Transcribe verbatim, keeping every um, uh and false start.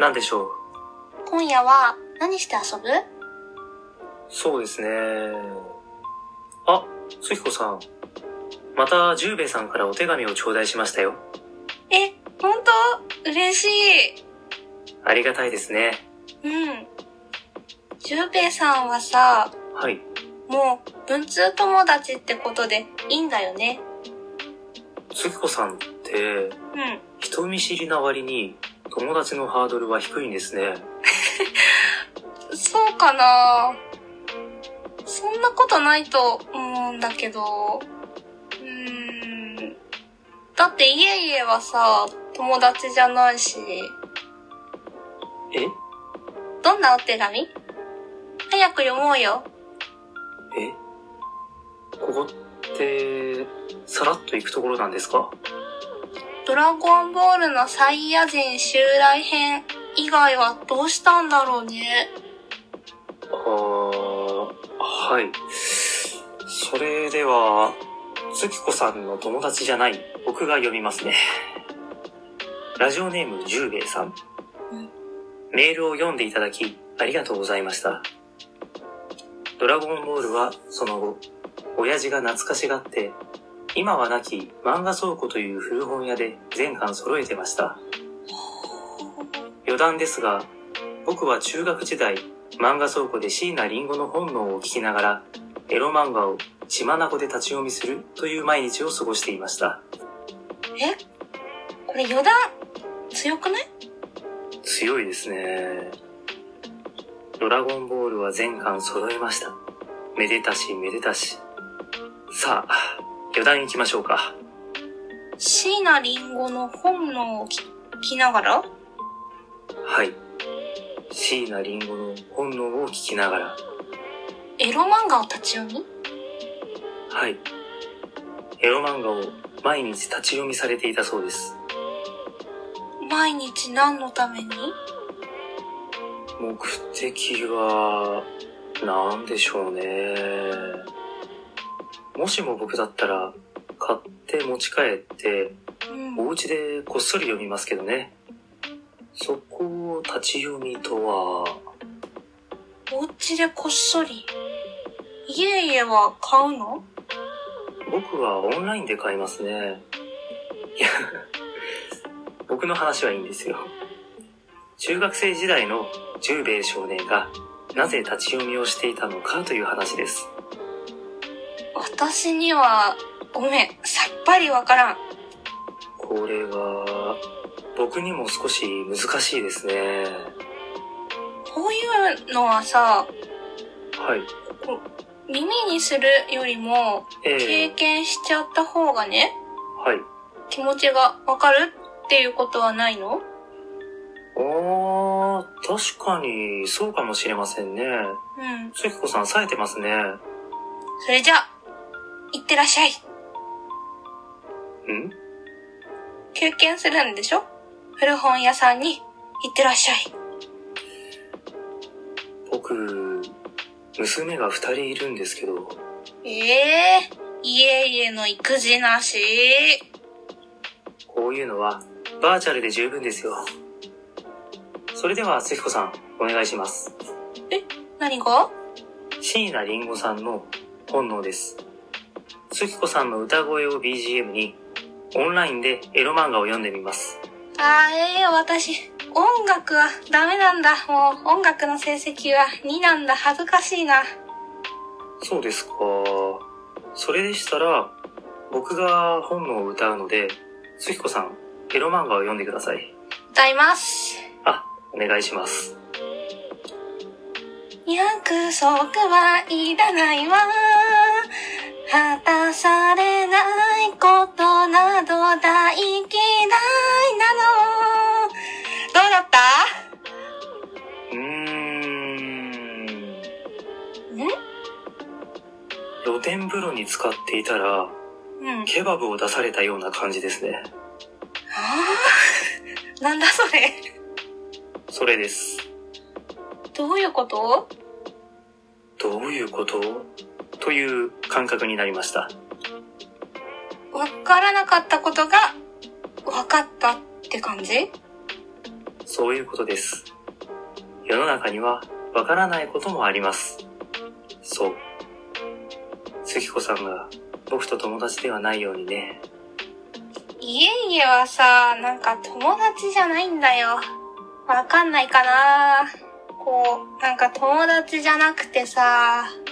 何でしょう。 今夜は何して遊ぶ？ そうですね。あ、つきこさん。また十兵衛さんからお手紙を頂戴しましたよ。 え、ほんと？嬉しい。 ありがたいですね。 うん。十兵衛さんはさ、 はい。 もう文通友達ってことでいいんだよね。 つきこさんって、 うん。 人見知りな割に友達のハードルは低いんですね。 そうかな。そんなことないと思うんだけど。うーん。だっていえいえはさ、友達じゃないし。 え？ どんなお手紙？早く読もうよ。 え？ここって、さらっと行くところなんですか？ ドラゴンボールのサイヤ人襲来編以外はどうしたんだろうね。 あー、はい。それでは、つきこさんの友達じゃない僕が読みますね。ラジオネーム十兵衛さん。 うん、 メールを読んでいただきありがとうございました。ドラゴンボールはその後、親父が懐かしがって、今はなき漫画倉庫という古本屋で全巻揃えてました。余談ですが、僕は中学時代、漫画倉庫で椎名林檎の本能を聞きながら、エロ漫画を血眼で立ち読みするという毎日を過ごしていました。 え？これ余談強くない？ 強いですね。ドラゴンボールは全巻揃えました。めでたしめでたし。さあ、余談行きましょうか。 椎名林檎の本能を聞きながら？ はい。椎名林檎の本能を聞きながら。 エロ漫画を立ち読み？ はい。エロ漫画を毎日立ち読みされていたそうです。 毎日何のために？ 目的は、なんでしょうね。もしも僕だったら、買って持ち帰って、うん、お家でこっそり読みますけどね。そこを立ち読みとは。 お家でこっそり？家々は買うの？ 僕はオンラインで買いますね。いや、僕の話はいいんですよ。中学生時代の十兵衛少年がなぜ立ち読みをしていたのかという話です。 私にはごめん、さっぱりわからん。 これは僕にも少し難しいですね。 こういうのはさ、 はい。 耳にするよりも経験しちゃった方がね、 えー、はい。 気持ちがわかるっていうことはないの？ あー、確かにそうかもしれませんね。うん。つきこさん冴えてますね。 それじゃあ、いってらっしゃい。ん？休憩するんでしょ？古本屋さんに行ってらっしゃい。 僕、娘が二人いるんですけど。 ええー、家々の育児なし。 こういうのはバーチャルで十分ですよ。それではつきこさんお願いします。 え、何が？ 椎名林檎さんの本能です。つきこさんの歌声を ビージーエム にオンラインでエロ漫画を読んでみます。 あー、ええー、私音楽はダメなんだ。もう音楽の成績はになんだ。恥ずかしいな。 そうですか。それでしたら僕が本能を歌うので、つきこさんエロ漫画を読んでください。 歌います。 あ、お願いします。 約束はいらないわ。果たされないことなど大嫌いなの。どうだった？ うーん。 ん？ 露天風呂に浸かっていたら、うん、ケバブを出されたような感じですね。 はぁ？なんだそれ。 それです。 どういうこと？ どういうことという感覚になりました。 わからなかったことがわかったって感じ？ そういうことです。世の中にはわからないこともあります。そう。月子さんが僕と友達ではないようにね。 いえいえはさ、なんか友達じゃないんだよ。わかんないかな。こう、なんか友達じゃなくてさ、